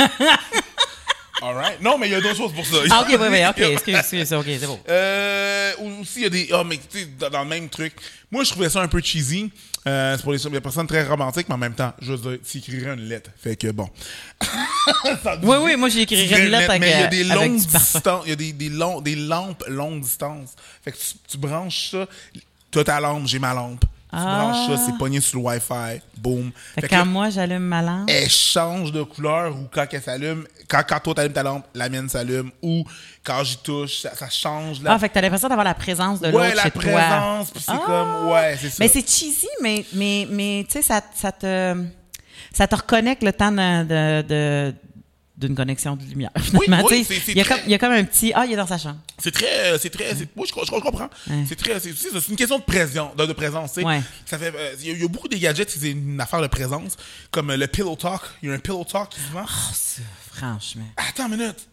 All right. Non, mais il y a d'autres choses pour ça. ah, OK, oui, oui, OK. Excuse, excuse, OK, c'est bon. Euh, aussi, il y a des. Ah, mais tu sais, dans, dans le même truc. Moi, je trouvais ça un peu cheesy. Euh, c'est pour les, les personnes très romantiques, mais en même temps, je veux dire, tu écrirais une lettre. Fait que bon. Ça te Oui, dit- oui, moi, j'ai tu écrit écrirais une lettre avec, mais il y a euh, des avec longues du parfum. distances. Il y a des, des, longs, des lampes longue distance. Fait que tu, tu branches ça. T'as ta lampe, j'ai ma lampe. Tu Ah. branches ça, c'est pogné sur le Wi-Fi. Boum. Fait que que quand là, moi, j'allume ma lampe, elle change de couleur ou quand elle s'allume, quand, quand toi t'allumes ta lampe, la mienne s'allume ou quand j'y touche, ça, ça change. La... ah, fait que t'as l'impression d'avoir la présence de ouais, l'autre la chez toi. présence, puis c'est Ah. comme, ouais, c'est ça. Mais c'est cheesy, mais, mais, mais tu sais, ça, ça te ça te reconnecte le temps de, de, de- d'une connexion de lumière. Finalement, oui, tu sais, c'est- c'est il y a très- comme il y a comme un petit ah, il est dans sa chambre. C'est très, c'est très, c'est, moi, je, je, je comprends. Ouais. C'est très, c'est, c'est, c'est une question de présence, de, de présence, tu sais. Ouais. Ça fait, euh, il y, a- il y a beaucoup de gadgets qui c'est une affaire de présence, comme euh, le Pillow Talk. Il y a un Pillow Talk qui se vend. Oh, ça, franchement. Attends une minute.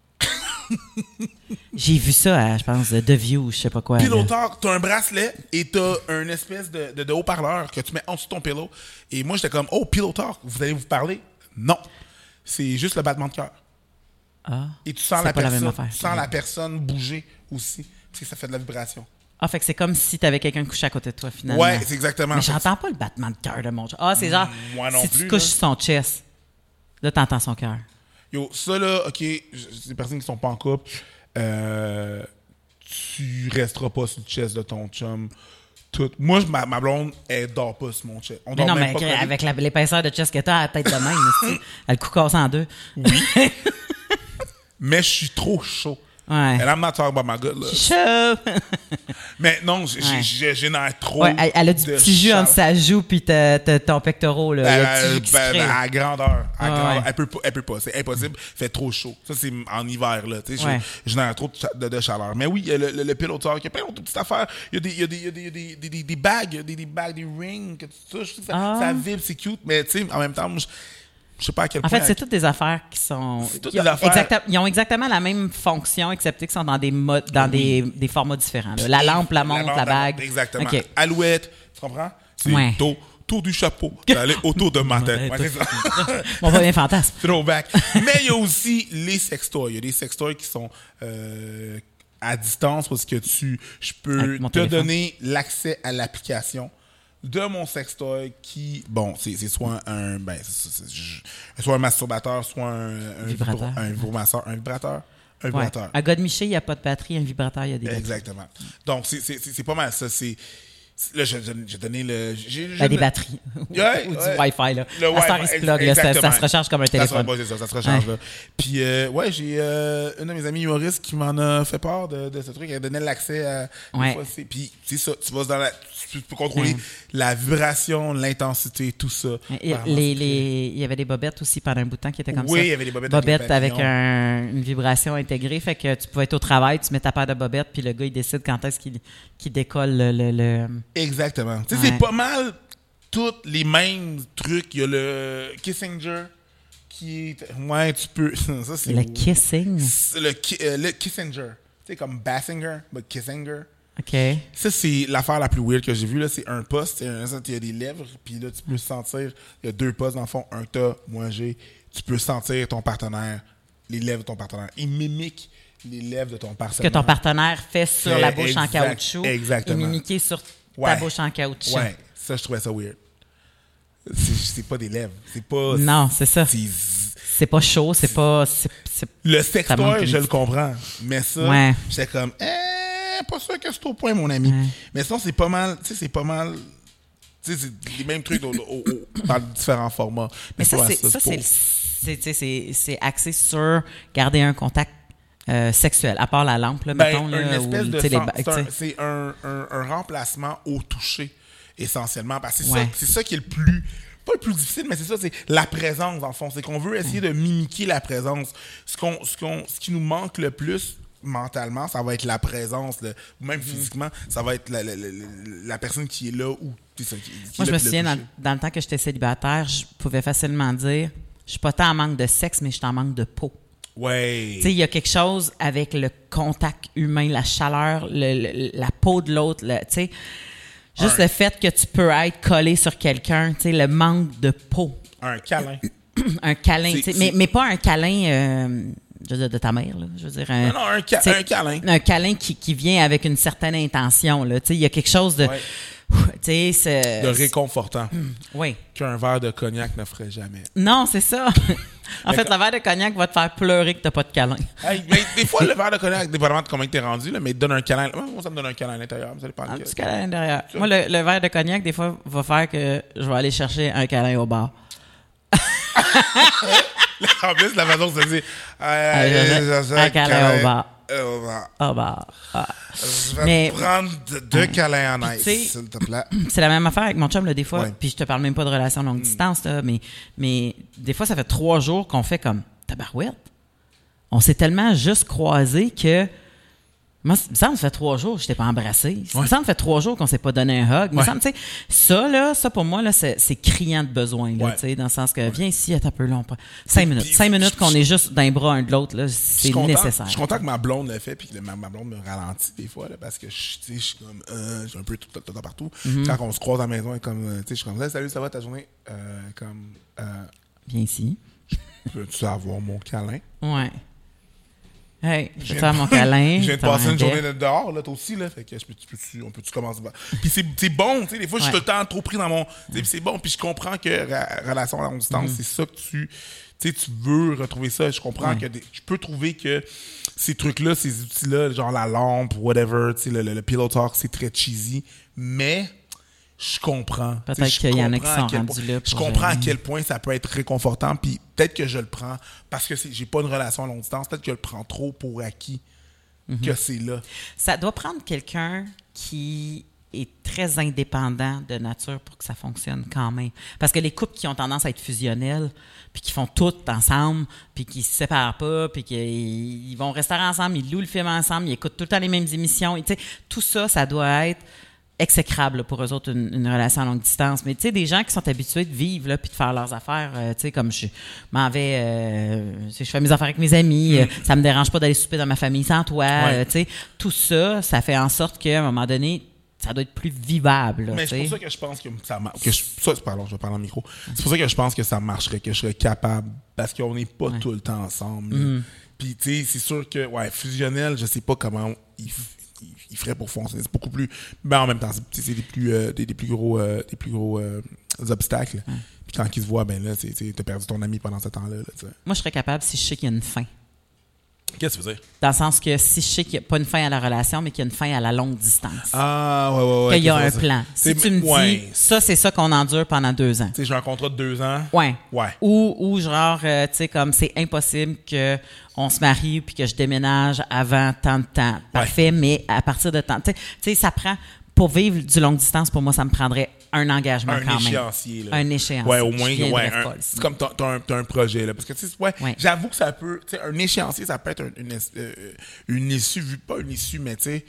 J'ai vu ça, à, je pense, de The View, je sais pas quoi. Pillow là. Talk, t'as un bracelet et t'as une espèce de, de, de haut-parleur que tu mets en dessous de ton pillow. Et moi, j'étais comme, oh, Pillow Talk, vous allez vous parler? Non. C'est juste le battement de cœur. Ah. Et tu sens, C'est la, pas la personne, même affaire. tu sens la personne bouger aussi. Parce que ça fait de la vibration. Ah, fait que c'est comme si t'avais quelqu'un couché à côté de toi, finalement. Ouais, c'est exactement Mais ça. j'entends pas le battement de cœur de mon chat. Ah, c'est genre, Moi non si plus, tu te couches là. sur son chest. Là, t'entends son cœur. Yo, ça là, OK, les personnes qui sont pas en couple, euh, tu resteras pas sur le chest de ton chum. Tout. Moi, ma, ma blonde, elle dort pas sur mon chest. On Mais dort non, même mais pas avec la, l'épaisseur de chest que t'as à la tête de même, elle a le cou cassé en deux. Oui. Mais je suis trop chaud. Ouais. And I'm not talking about my good looks. Chaud. Mais non, j'ai, Ouais. j'ai, j'ai l'air trop. Ouais, elle, elle a du de petit jus chaleur. entre sa joue puis ta- ta- ton pectoral. Là. Il y a du Euh, jus qui se ben, crée. ben, à grandeur. À Ouais, grandeur. ouais. Elle peut pas, elle peut pas. C'est impossible. Il fait trop chaud. Ça, c'est en hiver, là. Tu sais, Ouais. je, je n'ai trop de, cha- de, de chaleur. Mais oui, il y a le, le, le pillow talk. Il y a plein d'autres petites affaires. Il y a des, il y a des, il y a des, il y a des, des, des, des bagues, des, des bagues, des rings, que tu touches. Ça, Ah. ça vibre, c'est cute. Mais tu sais, en même temps, moi, je, je sais pas à quel En point. fait, c'est toutes des affaires qui sont. C'est toutes ils, ont des affaires- exacta- ils ont exactement la même fonction, excepté qu'ils sont dans des modes, dans Oui. des, des formats différents. là. La lampe, la montre, la, lampe, bague. Exactement. OK. Alouette, tu comprends? C'est Ouais. autour, autour du chapeau. D'aller autour de ma tête. Ouais, c'est ça. On va bien fantasme. Throwback. Mais il y a aussi les sextoys. Il y a des sextoys qui sont euh, à distance parce que tu, je peux Avec mon te téléphone. donner l'accès à l'application de mon sextoy qui, bon, c'est, c'est soit un, ben, c'est, c'est, c'est, soit un masturbateur, soit un, un Vibrateur. vibro- un vibromasseur, un vibrateur, un Ouais. vibrateur. Un gars de Miché, il n'y a pas de batterie. Un vibrateur, il y a des batteries. Exactement. Donc, c'est, c'est, c'est, c'est pas mal ça. C'est, c'est- là, j'ai, j'ai donné le... J'ai, j'ai Ben, des le- batteries. Ouais, Ou du ouais. Wi-Fi. Là. Le À cette heure, Wi-Fi, il se plug, là, ça, exactement. ça se recharge comme un Ça se, téléphone. ouais, c'est ça, ça se recharge Ouais. là. Puis, euh, ouais, j'ai euh, une de mes amies humoristes qui m'en a fait part de, de ce truc. Elle donnait l'accès à. des Ouais. fois, c'est- puis, c'est ça, tu vas dans la. Tu peux contrôler Ouais. la vibration, l'intensité, tout ça. Et Vraiment, les, c'est- les, il y avait des bobettes aussi pendant un bout de temps qui étaient comme ça. Oui, il y avait des bobettes avec les Bobettes avec, papillons. un- une vibration intégrée. Fait que tu pouvais être au travail, tu mets ta paire de bobettes, puis le gars, il décide quand est-ce qu'il, qu'il décolle le... le, le- Exactement. Tu sais, Ouais. c'est pas mal tous les mêmes trucs. Il y a le Kissinger qui est. Ouais, tu peux. Ça, c'est le kissing. C'est Le, ki- euh, le Kissinger. Tu sais, comme Basinger, mais Kissinger. OK. Ça, c'est l'affaire la plus weird que j'ai vue. Là. C'est un poste, c'est un- ça, il y a des lèvres, puis là, tu peux sentir. Il y a deux postes dans le fond, un tas, moi j'ai. Tu peux sentir ton partenaire, les lèvres de ton partenaire. Il mimique les lèvres de ton Ce partenaire. que ton partenaire fait sur Fait la bouche en exact- caoutchouc exactement. et mimiquer sur ta Ouais. bouche en caoutchouc. Ouais, ça, je trouvais ça weird. C'est, c'est pas des lèvres. C'est pas. Non, c'est ça. c'est- C'est pas chaud, c'est pas... c'est- c'est- Le Ça manque sextoy, une je le petite- comprends. Mais ça, Ouais. j'étais comme, eh, pas sûr que c'est au point, mon ami. Ouais. Mais sinon, c'est pas mal, tu sais, c'est pas mal, tu sais, c'est les mêmes trucs au- au- au- dans différents formats. Mais ça, toi, c'est, ça, c'est, pour- c'est, tu sais, c'est, c'est axé sur garder un contact euh, sexuel, à part la lampe, là, Ben, mettons. Là, une espèce ou, de tu sais, les fan- ba- c'est, tu un, sais. c'est un, un- un remplacement au toucher, essentiellement. Parce que c'est, Ouais. ça, c'est ça qui est le plus, pas le plus difficile, mais c'est ça, c'est la présence, en fond. C'est qu'on veut essayer de mimiquer la présence. Ce, qu'on, ce, qu'on, ce qui nous manque le plus mentalement, ça va être la présence, le- ou même physiquement, ça va être la, la, la, la personne qui est là ou tu sais, qui, qui Moi, est je là me pour le souviens, dans, toucher. dans le temps que j'étais célibataire, je pouvais facilement dire je suis pas tant en manque de sexe, mais je suis en manque de peau. Ouais. Tu sais, il y a quelque chose avec le contact humain, la chaleur, le- le- la peau de l'autre, le- tu sais. Juste Un- le fait que tu peux être collé sur quelqu'un, tu sais, le manque de peau. Un câlin. Un câlin, C'est- tu sais, c'est- mais, mais pas un câlin euh, je veux dire, de ta mère, là. Je veux dire, un, Non, non, un, ca- tu sais, un câlin. un câlin qui, qui vient avec une certaine intention, là. Tu sais, il y a quelque chose de... Ouais. Tu sais, c'est... De réconfortant. Oui. Qu'un verre de cognac ne ferait jamais. Non, c'est ça. En Mais fait, quand- le verre de cognac va te faire pleurer que t'as pas de câlin. Hey, mais des fois, le verre de cognac, dépendamment de combien t'es rendu, là, mais il te donne un câlin. Moi, ça me donne un câlin à l'intérieur. Ça dépend Un de- petit câlin à l'intérieur. Moi, le, le verre de cognac, des fois, va faire que je vais aller chercher un câlin au bar. En plus, la façon de se dire. Allez, Euh, je- un câlin au bar. Euh, au bar. Au bar. Ah. Je vais Mais- te prendre de- deux câlins en Puis, ice, tu sais- s'il te plaît. C'est la même affaire avec mon chum, là, des fois. Ouais. Puis je te parle même pas de relation longue distance, là, mais, mais des fois, ça fait trois jours qu'on fait comme tabarouette. On s'est tellement juste croisés que. Moi, il me semble que ça fait trois jours que je t'ai pas embrassé. Il me semble que ça fait trois jours qu'on s'est pas donné un hug. Il me Ouais. semble, tu sais, ça, là, ça, pour moi, là, c'est, c'est criant de besoin, là, Ouais. tu sais, dans le sens que, viens ici, attends un peu, là, on prend cinq Puis- minutes. puis- Cinq minutes je- qu'on je- est juste d'un bras un de l'autre, là, Je c'est suis content- nécessaire. Je suis content que ma blonde le fait, puis que ma, ma blonde me ralentit des fois, là, parce que je, tu sais, je suis comme, euh, je suis un peu tout, tout, tout, tout partout. Mm-hmm. Quand on se croise à la maison, elle est comme, euh, tu sais, je suis comme, salut, ça va ta journée? Euh, comme, euh, Viens ici. peux-tu avoir mon câlin? Ouais. Hey, je Je peux viens faire de- mon câlin. Je viens de faire passer un une bec. journée de dehors, là, toi aussi, là. Fait que je peux, tu peux-tu- on peut-tu commencer par. Puis c'est, c'est bon, tu sais. Des fois, je suis Ouais. tout le temps trop pris dans mon. tu sais, puis c'est bon, puis je comprends que ra- relation à longue distance, Mm-hmm. c'est ça que tu. tu sais, tu veux retrouver ça. Je comprends ouais. que des, je peux trouver que ces trucs-là, ces outils-là, genre la lampe, whatever, tu sais, le, le, le pillow talk, c'est très cheesy, mais je comprends. Peut-être je qu'il y en a qui sont rendus point, là. Je comprends à quel point ça peut être réconfortant, puis peut-être que je le prends parce que c'est, j'ai pas une relation à longue distance, peut-être que je le prends trop pour acquis mm-hmm. que c'est là. Ça doit prendre quelqu'un qui est très indépendant de nature pour que ça fonctionne quand même. Parce que les couples qui ont tendance à être fusionnels, puis qui font tout ensemble, puis qui se séparent pas, puis qu'ils vont rester ensemble, ils louent le film ensemble, ils écoutent tout le temps les mêmes émissions. Tu sais, tout ça, ça doit être exécrable pour eux autres, une, une relation à longue distance. Mais tu sais, des gens qui sont habitués de vivre là, puis de faire leurs affaires, euh, tu sais, comme je m'en vais, euh, je fais mes affaires avec mes amis, mm. euh, ça me dérange pas d'aller souper dans ma famille sans toi, ouais. euh, tu sais, tout ça, ça fait en sorte qu'à un moment donné, ça doit être plus vivable. Là, mais c'est pour ça que je pense que ça marche. Pardon, je vais parler en micro. C'est pour ça que je pense que ça marcherait, que je serais capable, parce qu'on n'est pas ouais. tout le temps ensemble. Mm. Puis, tu sais, c'est sûr que, ouais, fusionnel, je sais pas comment il, il, il ferait pour fonctionner. C'est beaucoup plus. Mais en même temps, c'est, c'est des, plus, euh, des, des plus gros, euh, des plus gros euh, obstacles. Mm. Puis quand ils se voient, ben là, tu as perdu ton ami pendant ce temps-là. Là, moi, je serais capable si je sais qu'il y a une fin. Qu'est-ce que tu veux dire? Dans le sens que si je sais qu'il n'y a pas une fin à la relation, mais qu'il y a une fin à la longue distance. Ah, ouais, ouais, ouais. Qu'il y a un plan. Si c'est, tu me ouais. dis, ça, c'est ça qu'on endure pendant deux ans. Tu sais, j'ai un contrat de deux ans. Ouais. Ouais. Ou, ou genre, euh, tu sais, comme c'est impossible qu'on se marie puis que je déménage avant tant de temps. Parfait, ouais. mais à partir de temps. Tu sais, ça prend. Pour vivre du longue distance, pour moi, ça me prendrait un engagement un quand même. Échéancier, là. Un échéancier. Ouais, au moins, ouais, un, pas, c'est comme t'as, t'as, un, t'as un projet, là. Parce que, tu sais, ouais, ouais. j'avoue que ça peut, tu sais, un échéancier, ça peut être une, une, euh, une issue, vu pas une issue, mais tu sais,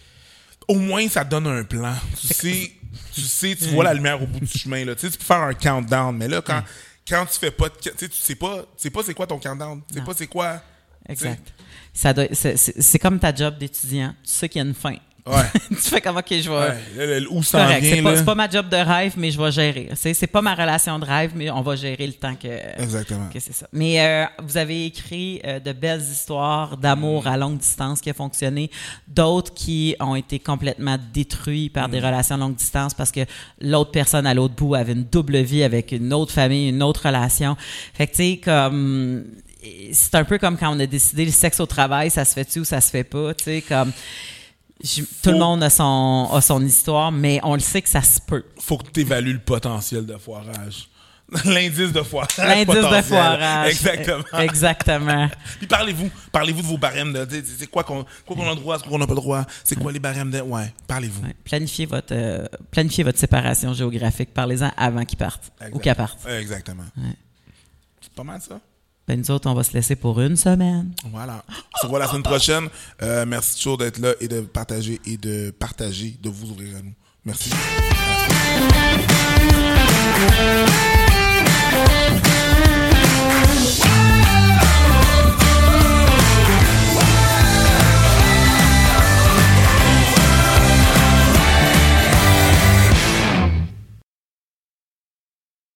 au moins, ça donne un plan. Tu c'est sais, tu sais, tu vois la lumière au bout du chemin, là. Tu sais, tu peux faire un countdown, mais là, quand, ouais. quand tu fais pas de, tu sais, tu sais pas, tu sais pas c'est quoi ton countdown. Tu sais pas c'est quoi. Exact. Ça doit, c'est, c'est, c'est comme ta job d'étudiant. Tu sais qu'il y a une fin. Ouais. tu fais comme, OK, je vais... Ouais. Là, là, où ça en vient, c'est, pas, là? c'est pas ma job de rêve, mais je vais gérer. C'est, c'est pas ma relation de rêve, mais on va gérer le temps que... Exactement. Que c'est ça. Mais euh, vous avez écrit euh, de belles histoires d'amour mmh. à longue distance qui a fonctionné. D'autres qui ont été complètement détruits par mmh. des relations à longue distance parce que l'autre personne à l'autre bout avait une double vie avec une autre famille, une autre relation. Fait que, tu sais, comme... C'est un peu comme quand on a décidé le sexe au travail, ça se fait-tu ou ça se fait pas, tu sais, comme... Je, tout le monde a son, a son histoire, mais on le sait que ça se peut. Faut que tu évalues le potentiel de foirage. L'indice de foirage. L'indice potentiel. de foirage. Exactement. Exactement. Puis parlez-vous. Parlez-vous de vos barèmes. De, c'est quoi qu'on, quoi qu'on a le droit, ce qu'on n'a pas le droit. C'est quoi les barèmes de... Ouais, parlez-vous. Ouais. Planifiez, votre, euh, planifiez votre séparation géographique. Parlez-en avant qu'ils partent. Exactement. Ou qu'elle parte. Exactement. Ouais. C'est pas mal ça. Ben nous autres, on va se laisser pour une semaine. Voilà. On se revoit la semaine prochaine. Euh, merci toujours d'être là et de partager et de partager, de vous ouvrir à nous. Merci. Merci.